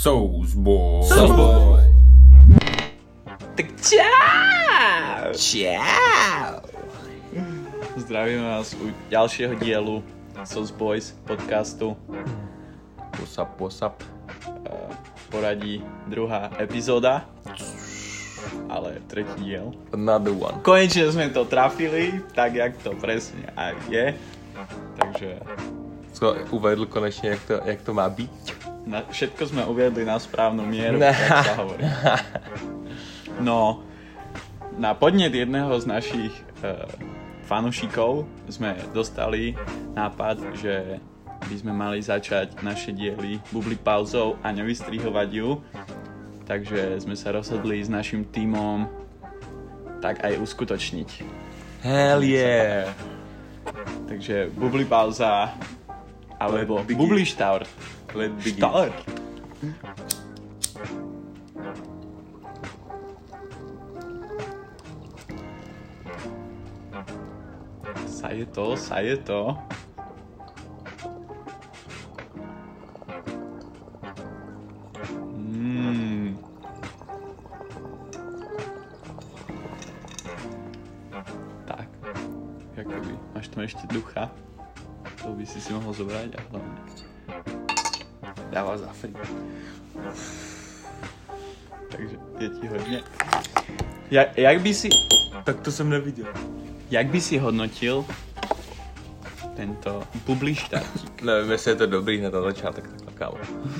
Sousboy. Sousboy. Tak čau! Čau. Zdravíme vás u ďalšieho dielu Sousboys podcastu. What's up? Poradí druhá epizóda, ale tretí diel. Another one. Konečne sme to trafili, tak jak to presne aj je. Takže Uvedl konečne, jak to má byť. všetko sme uviedli na správnu mieru, tak sa hovorí. No, na podnet jedného z našich fanúšikov sme dostali nápad, že by sme mali začať naše diely bubli pauzou a nevystrihovať ju. Takže sme sa rozhodli s našim tímom tak aj uskutočniť. Hell yeah. Takže bubli pauza alebo bubli štart. Let begin. Štart. Sa je to. Tak, jakoby, máš tam ešte ducha, to by si mohol zobrať a hlavne dáva za free. Takže je ti hodně. Jak by si... Tak to jsem neviděl. Jak by si hodnotil tento bubli štartík? Nevím, jestli je to dobrý hned na začátek, takhle kámo.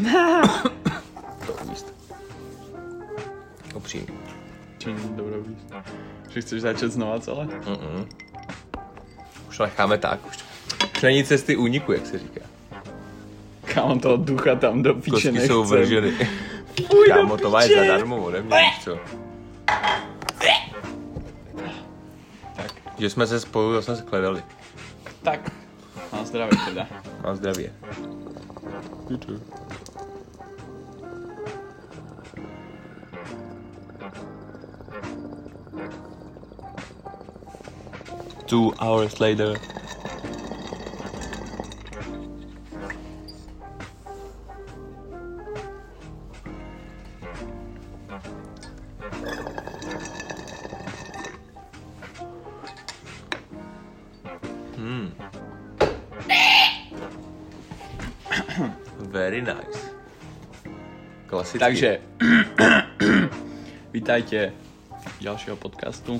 To uvíst. Upřímně. Čo není dobrý uvíst? Že chceš začít znova celé? Už to necháme tak, už není cesty úniku, jak se říká. Kámo, toho ducha tam do píče Kostky nechcem. jsou vrženy. Kámo, to máš zadarmo ode mě, víš co? Tak. Že jsme se spolu zase skledali. Tak, na zdraví teda. Na zdravě. Two hours later. Very nice. Klasicky. Takže, vítajte ďalšieho podcastu.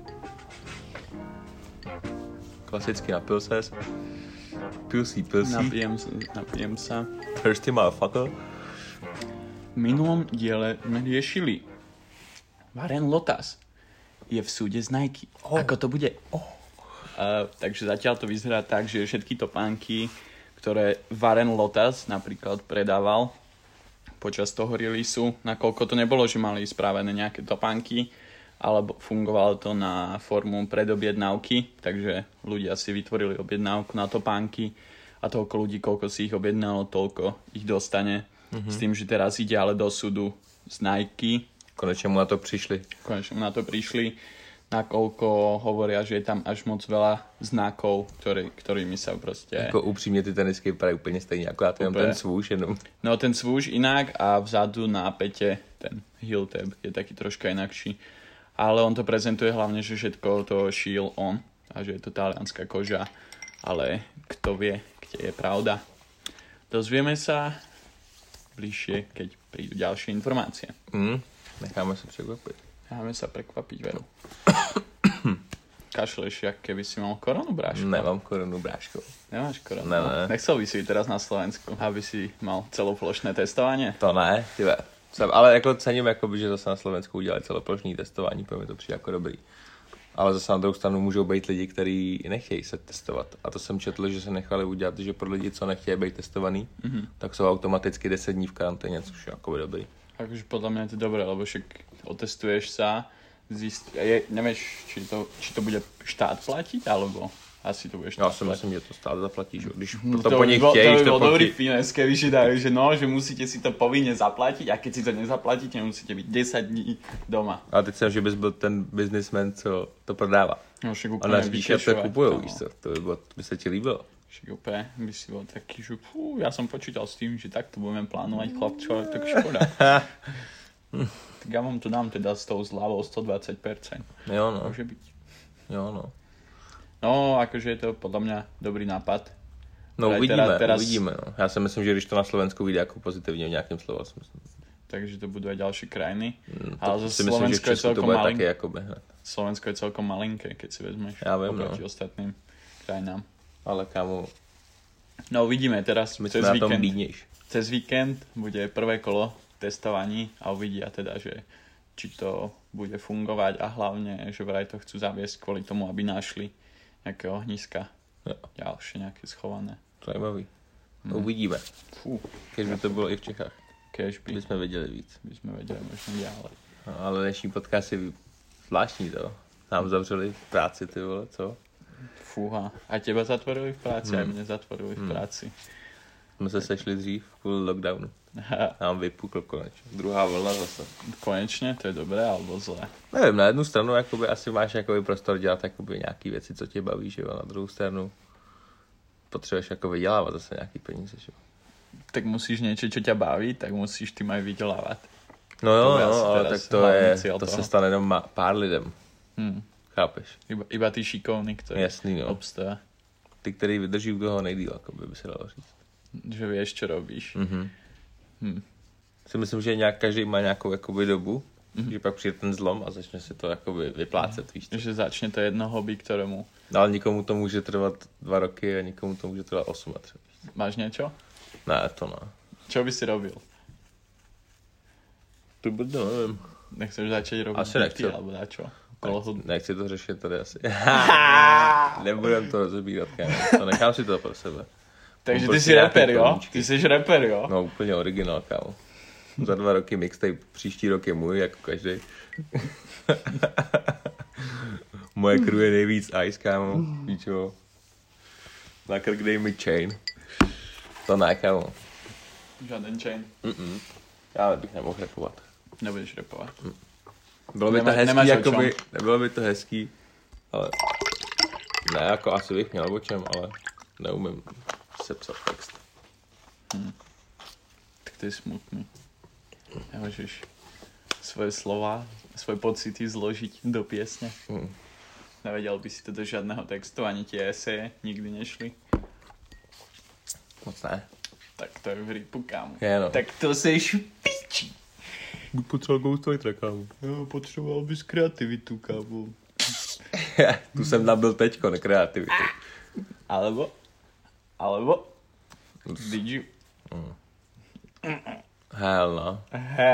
Klasicky napil ses. Pilsí. Napijem sa. Thirsty motherfucker. V minulom diele sme riešili. Warren Lotas je v súde z Nike. Ako to bude? Takže zatiaľ to vyzerá tak, že všetky topánky, ktoré Warren Lotas napríklad predával počas toho releaseu, nakoľko to nebolo, že mali spravené nejaké topánky, alebo fungovalo to na formu predobjednávky, takže ľudia si vytvorili objednávku na topánky a toľko ľudí, koľko si ich objednalo, toľko ich dostane. S tým, že teraz ide ale do súdu z Nike. Konečne mu na to prišli. Nakoľko hovoria, že je tam až moc veľa znakov, ktorými sa proste... Jako upřímně ty tenisky vypadají úplně stejně, akorát jenom ten svůž jenom. No ten svůž inak a vzadu na pete ten heel tab je taký troška inakší. Ale on to prezentuje hlavne, že všetko to šiel on a že je to talianská koža. Ale kto vie, kde je pravda. Dozvieme sa bližšie, keď prídu ďalšie informácie. Necháme sa překvapiť. Necháme sa prekvapiť, veru. Kašleš, jak keby si mal koronu, bráško? Nemám koronu, bráško. Nemáš koronu? Ne. Nechcel by si teraz na Slovensku, aby si mal celoplošné testovanie? To ne, tyve. Ale jako cením, jakoby, že zase na Slovensku udělali celoplošné testování, pro mě to přijde jako dobrý. Ale zase na druhou stranu můžou být lidi, kteří nechtějí se testovat. A to jsem četl, že se nechali udělat, že pro lidi, co nechtějí být testovaný, tak jsou automaticky 10 dní v karanténě, což je jako dobrý. Takže podľa mňa je to dobré, lebo však otestuješ sa, nevieš, či to bude štát platiť, alebo asi to budeš štát platiť. Ja si myslím, že to stát zaplatí, že když to po nich chtějíš, to bol dobrý fines, keby si dali, že no, že musíte si to povinne zaplatiť a keď si to nezaplatíte, musíte byť 10 dní doma. A teď jsem, že bys byl ten businessman, co to prodává. No však úplne vyšešovať. A na to kupujou, víš co, to by se ti líbilo. Však úplne by si bol taký, že ja som počítal s tým, že takto budeme plánovať chlapčo, tak škoda. Tak ja vám to dám teda s tou zľavou 120%. Jo, no. Môže byť. Jo, no. No, akože je to podľa mňa dobrý nápad. No uvidíme. No. Já si myslím, že když to na Slovensku vyjde jako pozitivně v nějakém slova smyslu. Takže to budú aj ďalšie krajiny. Ale si myslím, že v Česku to bude také jako hned. Slovensko je celkom malinké, keď si vezmeš oproti ostatným krajinám. Ale kámo... No uvidíme teraz cez víkend bude prvé kolo testovaní a uvidia teda, že či to bude fungovať a hlavne, že vraj to chcú zaviesť kvôli tomu, aby našli nejaké ohniska. Jo. Ďalšie nejaké schované. Zajímavý. Uvidíme. Keď by to bylo i v Čechách. By jsme věděli víc. By jsme věděli možná ďalej. No, ale dnešní podcast je zvláštní to. Nám zavřeli v práci, ty vole, co? Fúha. A teba zatvorili v práci, a mne zatvorili v práci. Jsme se sešli dřív kvůli lockdownu. Nám vypukl konečně. Druhá vlna zase. Konečně? To je dobré alebo zlé? Nevím, na jednu stranu jakoby, asi máš jakoby prostor dělat jakoby, nějaký věci, co tě baví, že jo? Na druhou stranu potřebuješ jako vydělávat zase nějaký peníze, že jo? Tak musíš niečo, čo ťa baví, tak musíš tým aj vydelávať. No jo, ale tak to se stane jenom pár lidem. Chápeš? Iba ty šikovní, ktorí Jasný, no. obstoja. Ty, který vydrží u toho nejdýl, jakoby by se dalo říct. Že vieš, čo robíš. Si myslím, že každý má nějakou jakoby dobu, že pak přijde ten zlom a začne se to jakoby vyplácet, víš co? Že začne to jedno hobby, ktorému... No, ale nikomu to může trvat 2 roky a nikomu to může trvat 8 třeba. Máš niečo? Ne, to ne. Čo by si robil? To bude, nevím. Nechceš začať robiť asi nechci. Alebo dačo? Nechci to řešit tady asi. Nebudem to rozebírat, kámo. To nechám si to pro sebe. Takže ty jsi rapper, jo? Ty jsi rapper, jo? No úplně originál, kámo. Za 2 roky mixtape, příští rok je můj, jako každý. Moje crew je nejvíc ice, kámo. Víš čo? Na krk dej mi chain. To ne, kámo. Žádný chain. Já bych nemohl rapovat. Nebudeš rapovat. Bylo by to hezký, jakoby, nebylo by to hezký, ale ne, jako asi bych měl o čem, ale neumím sepsat text. Tak to je smutný. Nemůžeš svoje slova, svoje pocity zložiť do piesne. Nevedel by si to do žádného textu, ani tie eseje nikdy nešli. Moc ne. Tak to je v ripu, kámo. No. Tak to seš piči. Potřeboval ghostwritera, kámo. Jo, potřeboval bys kreativitu, kámo. Tu jsem nabil teďko, na kreativitu. Alebo? Did you? Hell no.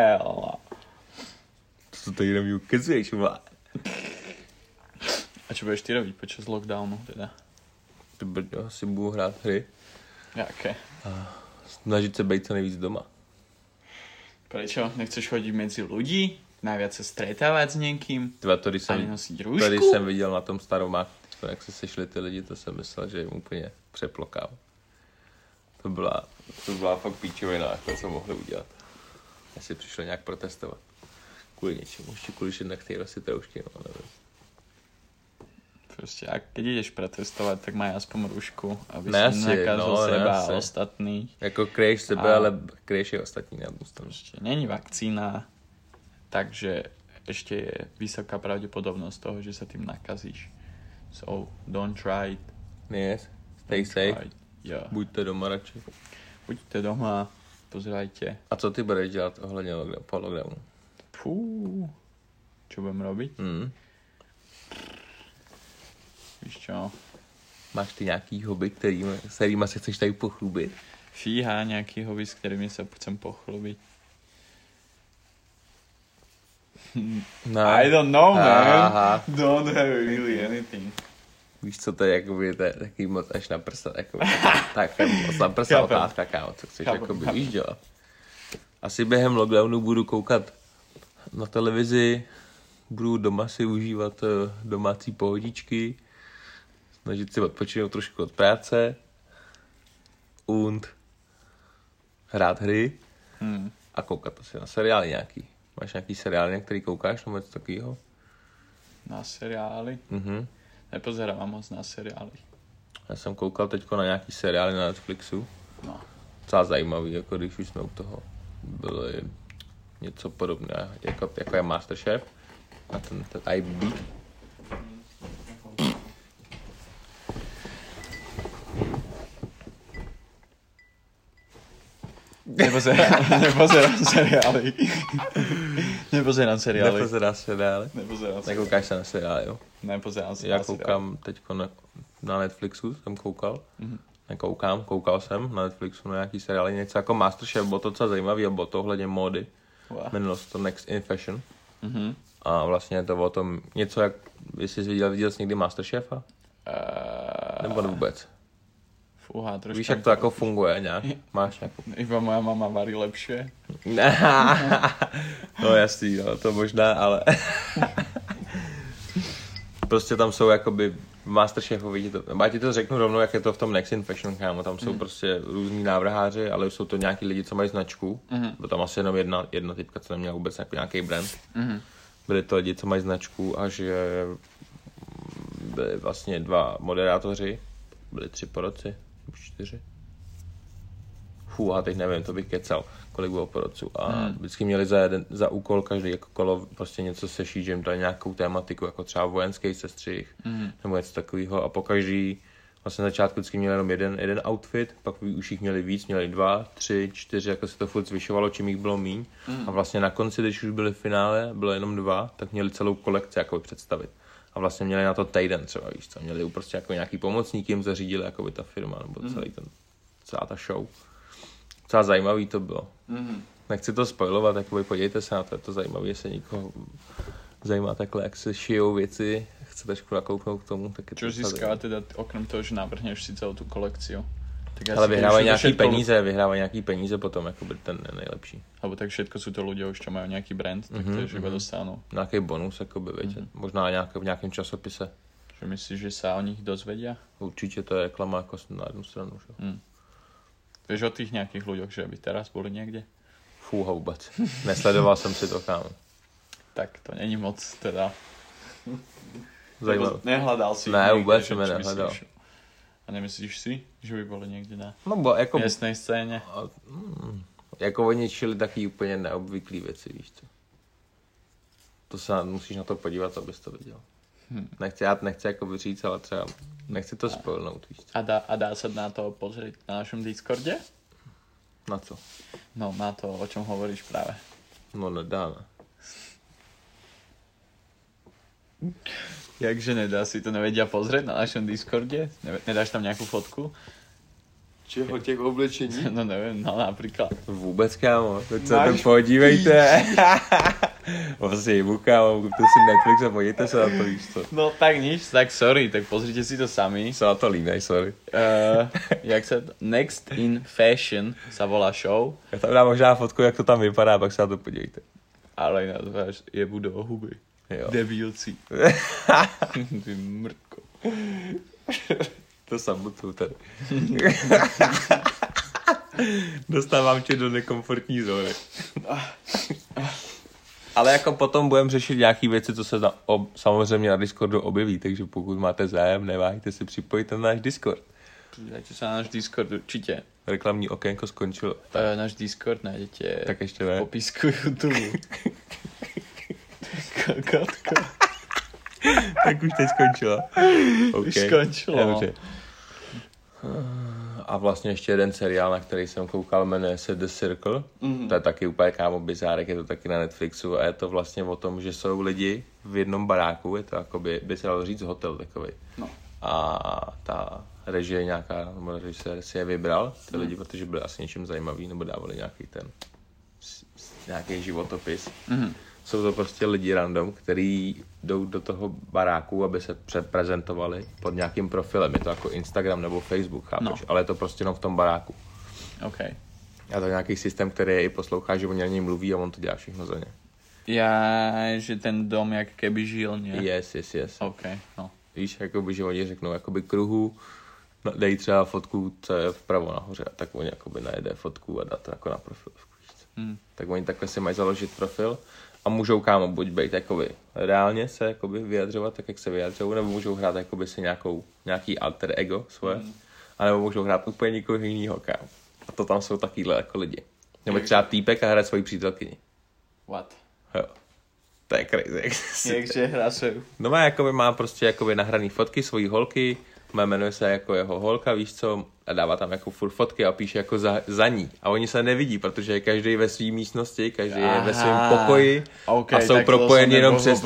Co tady na mě ukazuješ, vole? A čo budeš ty robiť počas lockdownu, teda? Asi budu hrát hry. Jaké? Snažit se být co nejvíc doma. Prečo? Nechceš chodiť medzi ľudí? Najviac sa stretávať s niekým? Ani nosiť rúšku? Tady jsem viděl na tom staromáku, jak se sešli ty lidi, to jsem myslel, že jim úplně přeplokal. To byla fakt píčovina, jako co mohli udělat. Asi přišli nějak protestovat. Kvůli něčemu, ještě kvůli nechtějí nosit roušky, no nevím. Prostě, a keď ideš protestovat, tak maj aspoň rúšku, aby si nakázal seba a ostatných. Jako kryješ sebe, ale kryješ i ostatní na jednu stranu. Ešte není vakcína, takže ešte je vysoká pravdepodobnosť toho, že sa tým nakazíš. So, don't try it. Yes, stay safe. Yeah. Buďte doma radši. Buďte doma, pozerajte. A co ty budeš dělat ohledně po lockdownu? Čo budem robiť? Víš čo? Máš ty nějaký hobby, s kterýma se chceš tady pochlubit? Fíha, nějaký hobby, s kterými se chcem pochlubit. No. I don't know, man. Don't have really anything. Víš, co to je, jakoby, to je takový moc až na prsa, jakoby, tak moc na prsa otázka, kámo, co chceš, jakoby, víš, dělat. Asi během lockdownu budu koukat na televizi, budu doma si užívat domácí pohodičky, snažit si odpočinout trošku od práce hrát hry a koukat asi na seriály nějaký. Máš nějaký seriály, na který koukáš, nebo něco takového? Na seriály? Nepozerám moc na seriály. Já jsem koukal teďko na nějaký seriály na Netflixu. No. Docela zajímavý, jako když už jsme u toho. Byly něco podobného, jako je Masterchef a ten IB. Nepozerám seriály. Nepozerám seriály. Nekoukáš se na seriály, jo? Nepozerám se Já koukám teďko na Netflixu, jsem koukal. Koukal jsem na Netflixu na nějaký seriály, něco jako Masterchef, bylo to docela zajímavý a bylo to ohledně módy. Wow. Jmenovalo se to Next in Fashion. A vlastně je to o tom něco, jak, jestli jsi viděl jsi někdy Masterchefa? Nebo vůbec? Fúha, trošku. Víš, jak to jako funguje nějak? Máš nějakou? Iba moja mama varí lepšie. No jasný, no, to možná, ale... Prostě tam jsou jakoby Masterchefovi, já ti to řeknu rovnou, jak je to v tom Next in Fashion, kámo. Tam jsou prostě různí návrháři, ale jsou to nějaký lidi, co mají značku. Bylo tam asi jenom jedna typka, co neměla vůbec nějaký brand. Byli to lidi, co mají značku a že byli vlastně 2 moderátoři, byli 3 porodci, 4. A teď nevím, to bych kecal, kolik bylo porodců. A vždycky měli za úkol každý jako kolo prostě něco sešít, že jim dali nějakou tématiku, jako třeba vojenský sestřih, nebo něco takového. A po každý, vlastně na začátku vždycky měli jenom jeden outfit, pak už jich měli víc, měli 2, 3, 4, jako se to furt zvyšovalo, čím jich bylo míň. A vlastně na konci, když už byli v finále, bylo jenom 2, tak měli celou kolekci jako představit. A vlastně měli na to týden třeba, víš co, měli prostě jako nějaký pomocník, jim zařídili jako by ta firma, nebo celá ta show. Docela zajímavý to bylo. Nechci to spoilovat, jakoby podívejte se na to, je to zajímavé, jestli někoho zajímá takhle, jak se šijou věci, chce trošku nakouknout k tomu. Tak čo získá teda, okrem toho, že navrhneš si celou tu kolekciu? Ale vyhrávají nějaký peníze potom, jakoby ten nejlepší. Alebo tak všetko sú to ľudia už, čo majú nejaký brand, tak to je, že iba dostanú. Nějaký bonus, jakoby, viete, možná v nějakém časopise. Že myslíš, že sa o nich dozvedia? Určitě to je reklama jako na jednu stranu, že? Vieš o tých nejakých ľuďoch, že by teraz boli niekde? Fúha vůbec. Nesledoval jsem si to, kámo. Tak to není moc, teda. Zajímavé. Nehľadal si. Ne, vůbec jsem je nehľadal. A nemyslíš si, že by boli niekde na jako miestnej scéne? Jako oni čili taky úplně neobvyklý věci, víš co. To se musíš na to podívat, abys to viděl. Nechci jako říct, ale třeba nechci to spoilnout, víš co. A dá sa na to pozrieť na našom Discorde? Na co? No, na to, o čom hovoríš práve. No nedá, ne. Jakže nedá, si to nevedia pozrieť na našom Discorde? Nedáš tam nejakú fotku? Čeho, těch oblečení? No nevím, no například. Vůbec, kámo, teď se tam podívejte. Vlastně jemu, kámo, kupte si Netflix a podívejte se na to, víš co. No tak nič, tak sorry, tak pozrite si to sami. Se na to línej, sorry. Jak sa Next in Fashion sa volá show. Já tam dám možná fotku, jak to tam vypadá, pak se na to podívejte. Ale jinak váš jebu do huby. Jo. Debilci. Ty mrtko. To samotu tady. Dostávám tě do nekomfortní zóny. Ale jako potom budeme řešit nějaký věci, co se samozřejmě na Discordu objeví, takže pokud máte zájem, neváhejte si připojit na náš Discord. Přidajte se na náš Discord určitě. Reklamní okénko skončilo. Náš Discord najdete tak ještě ne. v popisku YouTube. Kokotko. Tak už teď skončilo. Okay. Už skončilo. Dobře. A vlastně ještě jeden seriál, na který jsem koukal, jmenuje se The Circle. To je taky úplně kámo bizárek, je to taky na Netflixu a je to vlastně o tom, že jsou lidi v jednom baráku, je to jako by se dalo říct hotel takovej. No. A ta režie nějaká, nebo režisér si je vybral, ty lidi, protože byli asi něčím zajímavý, nebo dávali nějaký životopis. Jsou to prostě lidi random, kteří jdou do toho baráku, aby se prezentovali pod nějakým profilem. Je to jako Instagram nebo Facebook, chápeš? No. Ale je to prostě jenom v tom baráku. Okay. A to je nějaký systém, který je i poslouchá, že oni na něj mluví a on to dělá všechno za ně. Že ten dom jak keby žil, ne? Yes. Okay, no. Víš, jakoby, že oni řeknou jakoby kruhu, dej třeba fotku, co je vpravo nahoře, a tak oni jakoby najede fotku a dá to jako na profil. tak oni takhle si mají založit profil a můžou kámo buď být jakoby reálně se jakoby vyjadřovat tak, jak se vyjadřují, nebo můžou hrát jakoby si nějaký alter ego svoje, anebo můžou hrát úplně někoho jinýho, kámo. A to tam jsou takovýhle jako lidi. Nebo třeba týpek a hraje svoji přítelkyni. What? Jo. To je crazy. Jakže hrasujou? No má prostě jakoby nahraný fotky svojí holky, jmenuje se jako jeho holka, víš co, a dává tam jako furt fotky a píše jako za ní. A oni se nevidí, protože je každý ve své místnosti, každý je ve svém pokoji a jsou propojeni jenom přes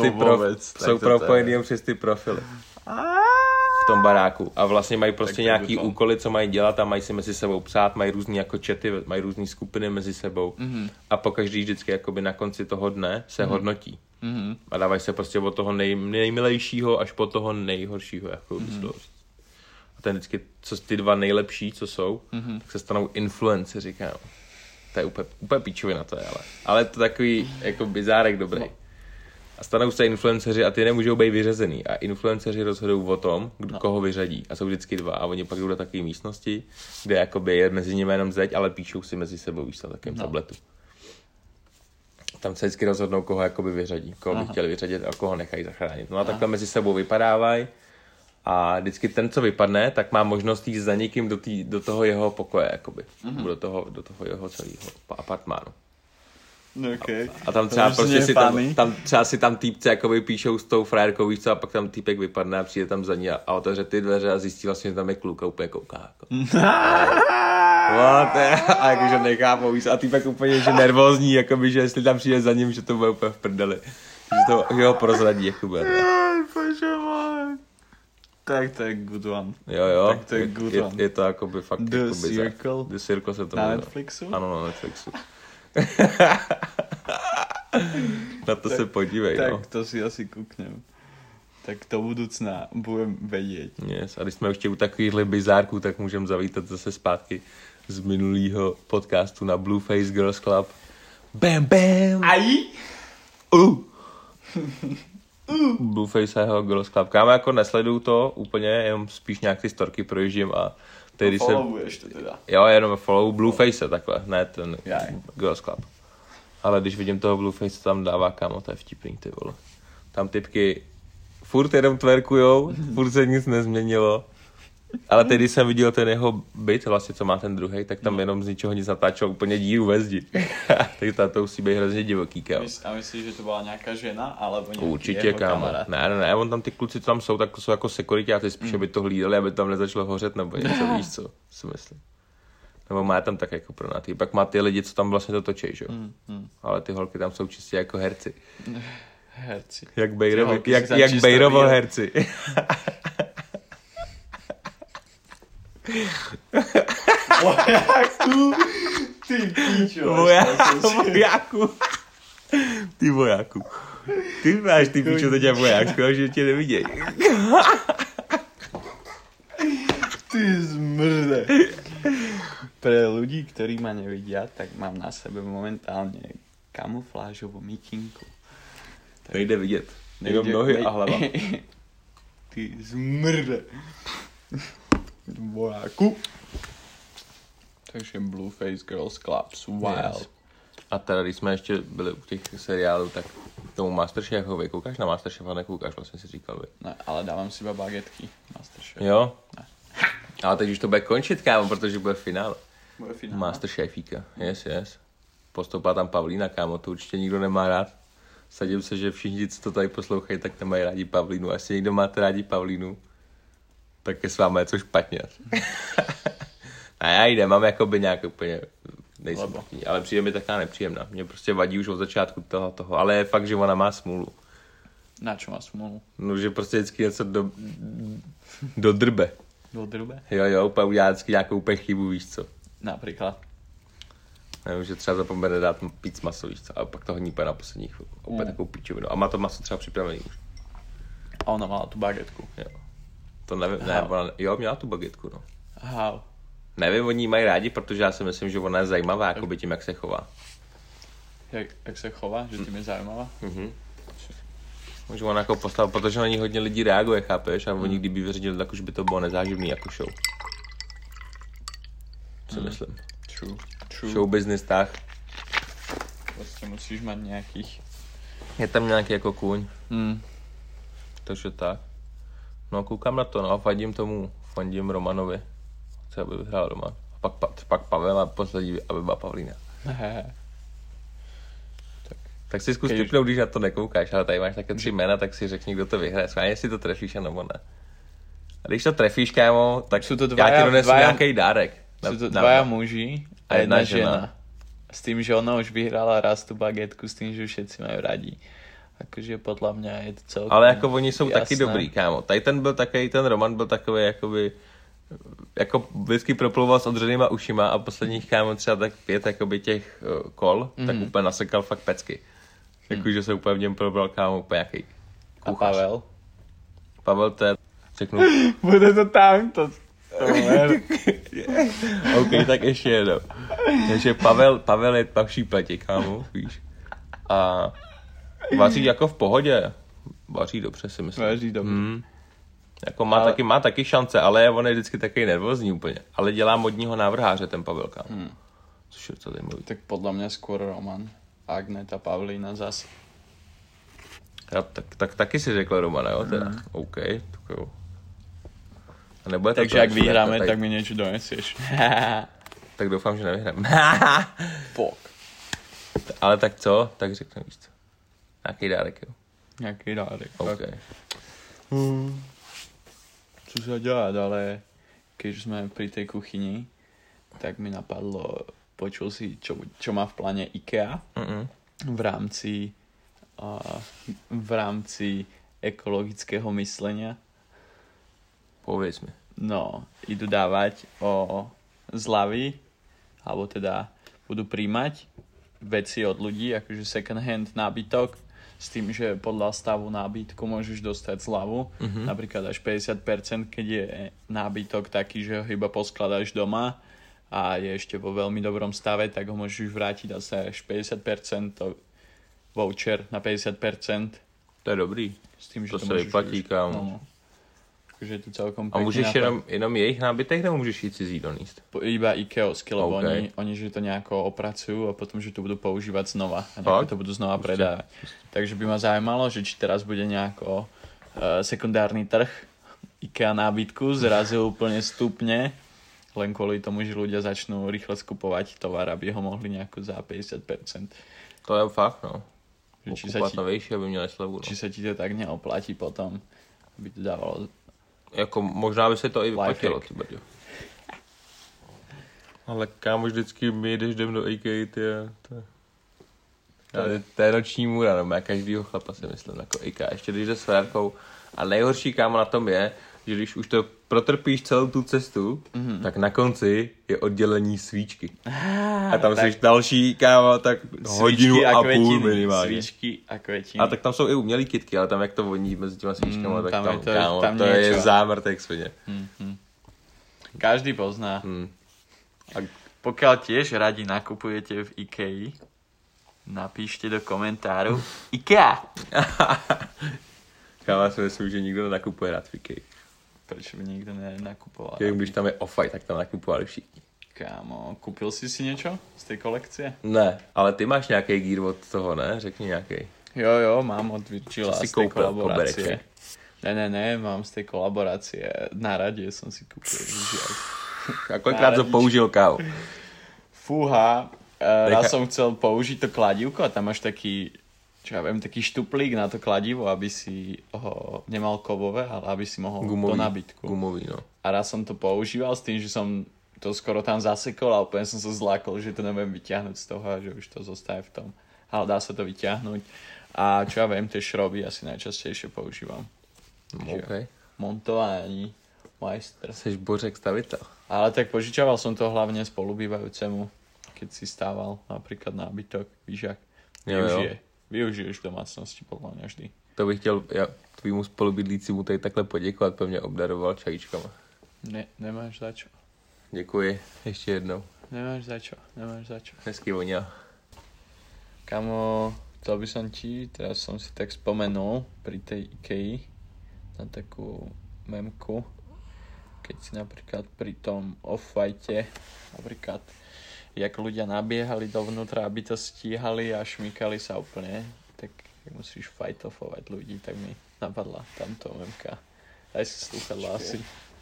ty profily. V tom baráku. A vlastně mají prostě nějaký úkoly, co mají dělat a mají si mezi sebou psát, mají různý jako chaty, mají různý skupiny mezi sebou. A po každý vždycky jakoby na konci toho dne se hodnotí. A dávají se prostě od toho nejmilejšího až po toho nejhoršího. Jako a ten vždycky, co ty dva nejlepší, co jsou, tak se stanou influenceři, kámo. To je úplně píčovina to je, ale to takový jako bizárek dobrý. A stanou se influenceři a ty nemůžou být vyřazený. A influenceři rozhodují o tom, koho vyřadí. A jsou vždycky dva. A oni pak jdou do takové místnosti, kde jakoby je mezi nimi jenom zeď, ale píšou si mezi sebou, víš, na takovém tabletu. Tam se vždycky rozhodnou, koho jakoby vyřadí. Koho by chtěli vyřadit a koho nechají zachránit. No a takhle mezi sebou vypadávají. A vždycky ten, co vypadne, tak má možnost jít za někým do toho jeho pokoje, jakoby. Do toho jeho celého apartmánu. Okay. A tam třeba třeba si tam týpce jakoby píšou s tou frajerkou, víš co, a pak tam týpek vypadne a přijde tam za ní a otevře ty dveře a zjistí vlastně, že tam je kluk a úplně kouká. Jako. A jakože nechápou, víš, a týpek úplně že nervózní, jakoby, že jestli tam přijde za ním, že to bude úplně v prdeli. Že ho prozradí, jakoby. Tak to je good one. Jo. Tak to je good one. Je to jakoby fakt The jakoby Circle. The Circle se to na jmenuje. Netflixu? Ano, na Netflixu. Na to se podívej, tak no. Tak to si asi kouknem. Tak do budoucna budem vědět. Yes. A když jsme ještě u takovýchhle bizárků, tak můžeme zavítat zase zpátky z minulého podcastu na Blueface Girls Club. Bam, bam! Aj! Bluefaceho Girls Club. Kámo, jako nesleduju to úplně, jenom spíš nějak ty storky projíždím a tedy se... Followuješ to teda. Jo, jenom follow Blueface takhle, ne ten Girls Club. Ale když vidím toho Blueface, tam dává, kámo, to je vtipný, ty vole. Tam typky furt jenom twerkujou, furt se nic nezměnilo. Ale teď, když jsem viděl ten jeho byt, vlastně, co má ten druhej, tak tam jenom z ničeho nic natáčel úplně díru ve zdi. Takže to musí být hrozně divoký, kámo. A myslíš, že to byla nějaká žena, alebo nějaký určitě, jeho kámo. kamarád? Ne, on tam ty kluci, co tam jsou, tak jsou jako securitáci, spíš, aby to hlídali, aby tam nezačalo hořet, nebo něco, víš co, si myslím. Nebo má tam tak jako pronátý. Pak má ty lidi, co tam vlastně to točí, že jo. Ale ty holky tam jsou čistě jako herci. Herci. Jak Bejrovo herci. Vojáku! Ty píčo. Vojáku. Ty vojáku. Ty máš ty píčo, to tě voják, skoro, že tě neviděj. Ty zmrde. Pre ľudí, ktorí ma nevidia, tak mám na sebe momentálne kamuflážovú mikinku. Nejde vidět. Jenom nohy a hlava. Ty zmrde. Vojáku. Takže Blueface Girls Club, wild. Yes. A teda, když jsme ještě byli u těch seriálů, tak tomu Masterchefovi. Koukáš na Masterchefa, nekoukáš, vlastně si říkal vy. Ne, ale dávám si iba bagetky. Masterchef. Jo? Ne. Ale teď už to bude končit, kámo, protože bude finále. Bude finále. Masterchefíka, yes. Postoupá tam Pavlína, kámo, to určitě nikdo nemá rád. Sadím se, že všichni, co to tady poslouchají, tak nemají rádi Pavlínu. A jestli někdo máte rádi Pavlínu, tak je s vámi něco špatně. A já ji nemám jakoby nějak úplně nejsympatní, ale přijde mi taková nepříjemná. Mě prostě vadí už od začátku toho, ale je fakt, že ona má smůlu. Na čo má smůlu? No, že prostě vždycky něco do drbe. Do drbe? Jo, úplně udělá vždycky nějakou úplně chybu, víš co. Například? Nevím, že třeba zapomene dát pít maso, víš co, a pak to hnípe na poslední chvilku. Úplně takovou píčovinu. A má to maso třeba připravený už. A ona mala tu bagetku. Jo. To nevím, ne, ona, jo, měla tu bagetku, no. Aha. Nevím, oni ji mají rádi, protože já si myslím, že ona je zajímavá, jakoby tím, jak se chová. Jak se chová, že tím je zajímavá? Že ona jako postavil, protože na ní hodně lidí reaguje, chápeš? A oni kdyby vyřadili, tak už by to bylo nezáživný jako show. Co myslím? True. Show business, tak. Proste musíš mať nejakých... Je tam nějaký jako kůň, Mm. takže tak. No koukám na to, no a fandím Romanovi. Chci, aby vyhrál Roman. A pak Pavel a poslední, aby byla Pavlína. Tak si zkus tipnout, když na to nekoukáš, ale tady máš také 3 jména, tak si řekni, kdo to vyhraje. Schválně si to trefíš a nebo ne. A když to trefíš, kámo, tak já ti donesu nějaký dárek. Sú to dvaja muži a jedna žena. S tým, že ona už vyhrala raz tú bagetku, s tým, že všetci majú radi. Akože podľa mňa je to celkom ale jako oni jsou jasné. taky dobrý, kámo. Tady ten Roman byl takový, jakoby, jako vždycky proplouval s odřenýma ušima a posledních, kámo, třeba tak 5 jakoby těch kol, tak úplně nasekal fakt pecky. Jakože se úplně v něm probral, kámo, úplně nějaký kuchař. A Pavel? Pavel, to je, řeknu... Bude to tam, to OK, tak ještě jednou. Takže Pavel je pavší pleti, kámo, víš. A vaří jako v pohodě. Vaří dobře, si myslím. Vaří dobře. Jako má taky šance, ale on je vždycky takový nervózní úplně. Ale dělá modního návrháře ten Pavel, kámo. Což je co tady mluví. Tak podľa mňa skôr Roman. Agneta Pavlína zase. Ja, tak taky si řekl Romana, jo? Teda. OK, tak jo. A nebude to takže ak vyhráme, tak mi niečo donesieš. Tak doufám, že nevyhráme. Fuck. Ale tak co? Tak řeknu víš co. Nějaký dárek, jo? Nejaký dárek. OK. Co sa dělat, ale keď sme pri tej kuchyni, tak mi napadlo, počul si, čo má v pláne IKEA v rámci ekologického myslenia. Pověz mi. No, idú dávať o zľavy, alebo teda budú príjmať veci od ľudí, akože second hand nábytok, s tým, že podľa stavu nábytku môžeš dostať zľavu, napríklad až 50%, keď je nábytok taký, že ho iba poskladáš doma a je ešte vo veľmi dobrom stave, tak ho môžeš vrátiť asi až 50%, to voucher na 50%. To je dobrý. S tým, že to se vyplatí, kámo. No. Takže je to celkom a můžeš jenom jejich nábytek, nebo můžeš jít cizí donést? Iba Ikeovsky, lebo okay. oni že to nejako opracujú a potom, že to budú používať znova a nejako to budú znova predávať. Takže by ma zaujímalo, že či teraz bude nejako sekundárny trh IKEA nábytku, zrazu úplne stupne, len kvôli tomu, že ľudia začnú rýchle skupovať tovar, aby ho mohli nejako za 50%. To je fakt, no. Okupovat novější, aby měli slevu. No. Či sa ti to tak neoplatí potom, aby to dávalo... Jako možná by se to i vyplatilo, ale kámo, vždycky my, když jdem do IKEA, to je noční můra, no, já každýho chlapa si myslím, jako IKEA, ještě když jde s frárkou. A nejhorší, kámo, na tom je, že když už to protrpíš celou tu cestu, tak na konci je oddělení svíčky. A tam jsi další, kámo, tak hodinu a půl minimálně. Svíčky a květiny. A tak tam jsou i umělý kytky, ale tam jak to voní mezi těma svíčkama, tak tam to je zámrtek svině. Každý pozná. A pokiaľ tiež radi nakupujete v IKEA, napíšte do komentáru IKEA. Kámo, já si myslím, že nikdo nenakupuje rád v IKEA. Proč by nikdo nenakupoval? Když tam je off-white, tak tam nakupovali všichni. Kámo, koupil jsi si něco z té kolekce? Ne, ale ty máš nějaký gear od toho, ne? Řekni nějaký. Jo, mám od Virgila z té kolaborace. Ne, mám z té kolaborace. Na radě jsem si koupil. A kolikrát to použil, kámo? Fúha, raz som chcel použiť to kladívko a tam máš taký, čo ja viem, taký štuplík na to kladivo, aby si ho nemal kovové, ale aby si mohol do nábytku. Gumový, no. A raz som to používal s tým, že som to skoro tam zasekol a úplne som sa zlákol, že to neviem vyťahnuť z toho a že už to zostaje v tom. Ale dá sa to vyťahnuť. A čo ja viem, tie šroby asi najčastejšie používam. OK. Montování, majster. Seš bořek stavitel. Ale tak požičoval som to hlavne spolubývajúcemu, keď si stával napríklad nábytok, víš jak. Využiješ v domácnosti podľa mňa vždy. To bych chtěl tvýmu spolubydlícímu tady takhle poděkovat, po mě obdaroval čajíčkama. Ne, nemáš za čo. Děkuji, ještě jednou. Nemáš za čo. Hezky vonia. Kamo, to by som ti, teraz som si tak spomenul pri tej IKEA na takú memku, keď si napríklad pri tom off-white napríklad jak ľudia nabiehali dovnútra, aby to stíhali a šmykali sa úplne, tak musíš fight-offovať ľudí, tak mi napadla tamto memka. Daj si slúchadlá asi.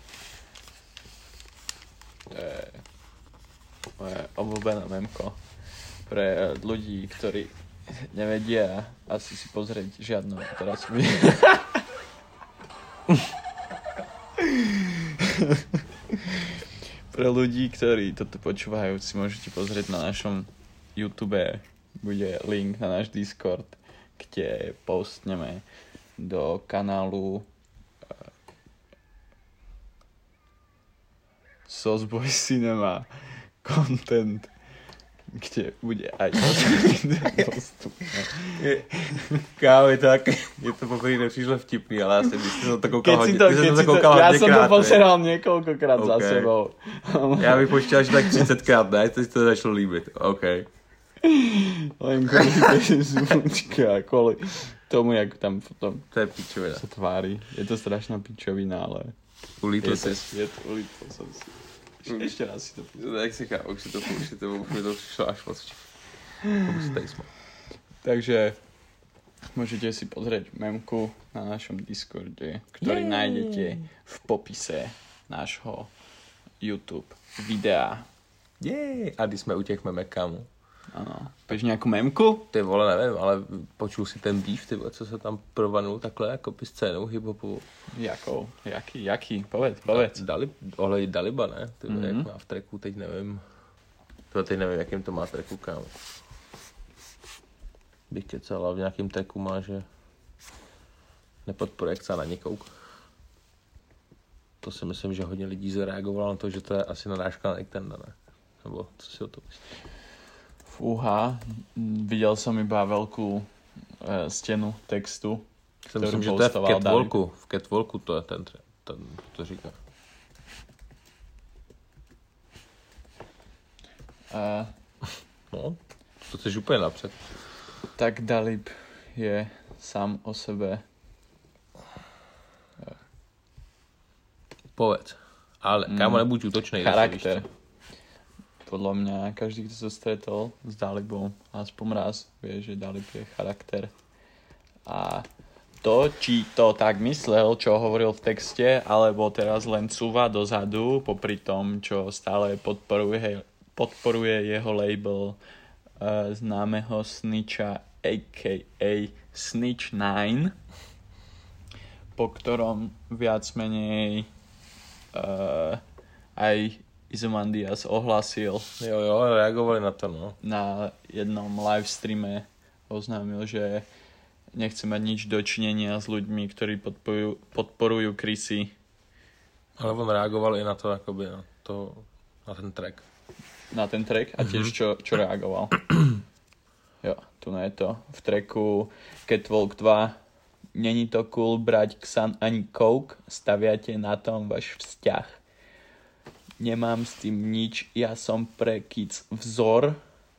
Moje obľúbené memko pre ľudí, ktorí nevedia asi si pozrieť žiadnu teraz. Pre ľudí, ktorí toto počúvajú, si môžete pozrieť na našom YouTube. Bude link na náš Discord, kde postneme do kanálu Sosboy Cinema content, kde bude aj dostupné. Kámo, je to poprvé nepřišlo vtipný, ale já jsem to koukal hodně. Já jsem to pozeral niekoľkokrát za sebou. Já bych počítal, že tak 30krát, ne? To si to začalo líbit. OK. Len kvôli zvučka, kvôli tomu, jak tam potom to je pičovina. sa tvári. Je to strašná pičovina, ale ulítl si. Ulítl som si. Ešte raz si to pustím. Tak si kámo, už mi to přišlo až moc. Takže môžete si pozrieť memku na našom Discorde, ktorý nájdete v popise nášho YouTube videa. A když jsme u těch memek, kámo. Ano. Peš nějakou memku? Ty vole, nevím, ale počul si ten beef, ty vole, co se tam provanul takhle jako by scénou hiphopovou. Jakou? Jaký? Povedz. Ohledně Daliba, ne? Ty vole, jak má v tracku, teď nevím. Teď nevím, jakým to má tracku, kámo. Bych kecal, ale v nějakým tracku má, že nepodporuje na někouk. To si myslím, že hodně lidí zareagovalo na to, že to je asi narážka na Nintendo, ne? Nebo co si o to myslíš? Fúha, videl som iba veľkú stenu textu, ktorú postoval Dalib. Myslím, že to je v Catwalku to je ten to říká. No, to chceš úplně napřed. Tak Dalib je sám o sebe. Povedz. Ale kámo, nebuď útočnej. Charakter. Podľa mňa každý, kto sa stretol s Dalibom, aspoň raz vie, že Dalib je charakter. A to, či to tak myslel, čo hovoril v texte, alebo teraz len cúva dozadu, popri tom, čo stále podporuje jeho label známeho Snitcha, a.k.a. Snitch 9, po ktorom viac menej aj Izomandias ohlasil. Jo, reagovali na to, no. Na jednom live streame oznámil, že nechce mať nič dočinenia s ľuďmi, ktorí podporujú Chrissy. Ale on reagoval i na to, akoby na ten track. Na ten track? A tiež čo reagoval? Jo, tu je to. V tracku Catwalk 2 není to cool brať Xan ani coke, staviate na tom váš vzťah. Nemám s tým nič, ja som pre kids vzor.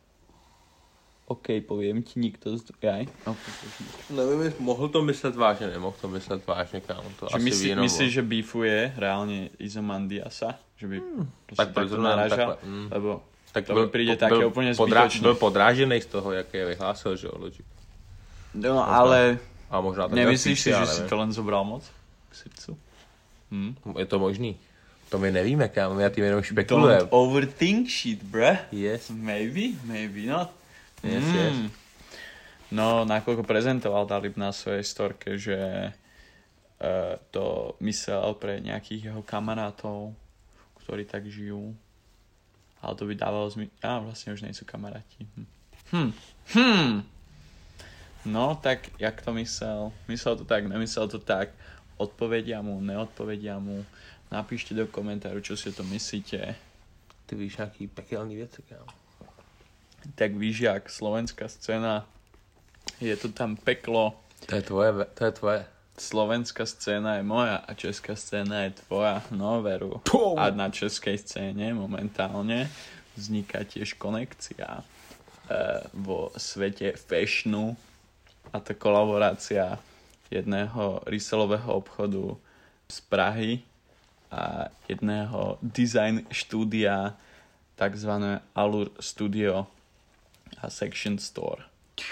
OK, poviem ti nikto Jaj. Nevím, mohl to myslet vážně, nemohl to myslet vážně, kámo. To asi myslíš, že beefuje reálně Izomandiasa? Že by tak takto narážal? Lebo tak to by príde také úplne zbytočné. Byl podrážený z toho, jak je vyhlásil, že jo, Logic. No, možná, ale a možná nemyslíš si, že si to len zobral moc k srdcu? Je to možný. To my nevíme, kámo, já tím jenom špekulujeme. Don't overthink shit, bruh. Yes. Maybe not. Yes. No, nakoľko prezentoval Dalib na svojej storke, že to myslel pre nejakých jeho kamarátov, ktorí tak žijú. Ale to by dávalo vlastne už nejsú kamaráti. No, tak jak to myslel? Myslel to tak, nemyslel to tak. Odpovedia mu, neodpovedia mu. Napíšte do komentáru, čo si o to myslíte. Ty víš nejaký pekelný věci, kámo. Tak víš, jak slovenská scéna, je to tam peklo. To je tvoje. Slovenská scéna je moja a česká scéna je tvoja. No, veru. A na českej scéne momentálne vzniká tiež konekcia vo svete fashionu, a to kolaborácia jedného resellového obchodu z Prahy a jedného design štúdia takzvané Allure Studio a Section Store.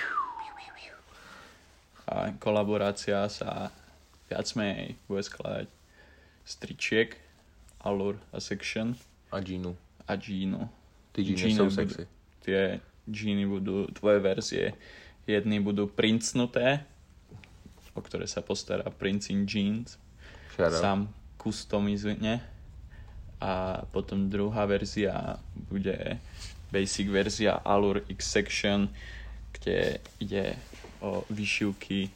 A kolaborácia sa viac menej bude skladať z tričiek Allure a Section A džínu. Ty džíny sú sexy. Tie džíny budú, tvoje verzie, jedny budú princnuté, o ktoré sa postará Prince in Jeans. Sám customizuje. A potom druhá verzia bude basic verzia Allure X Section, kde ide o vyšivky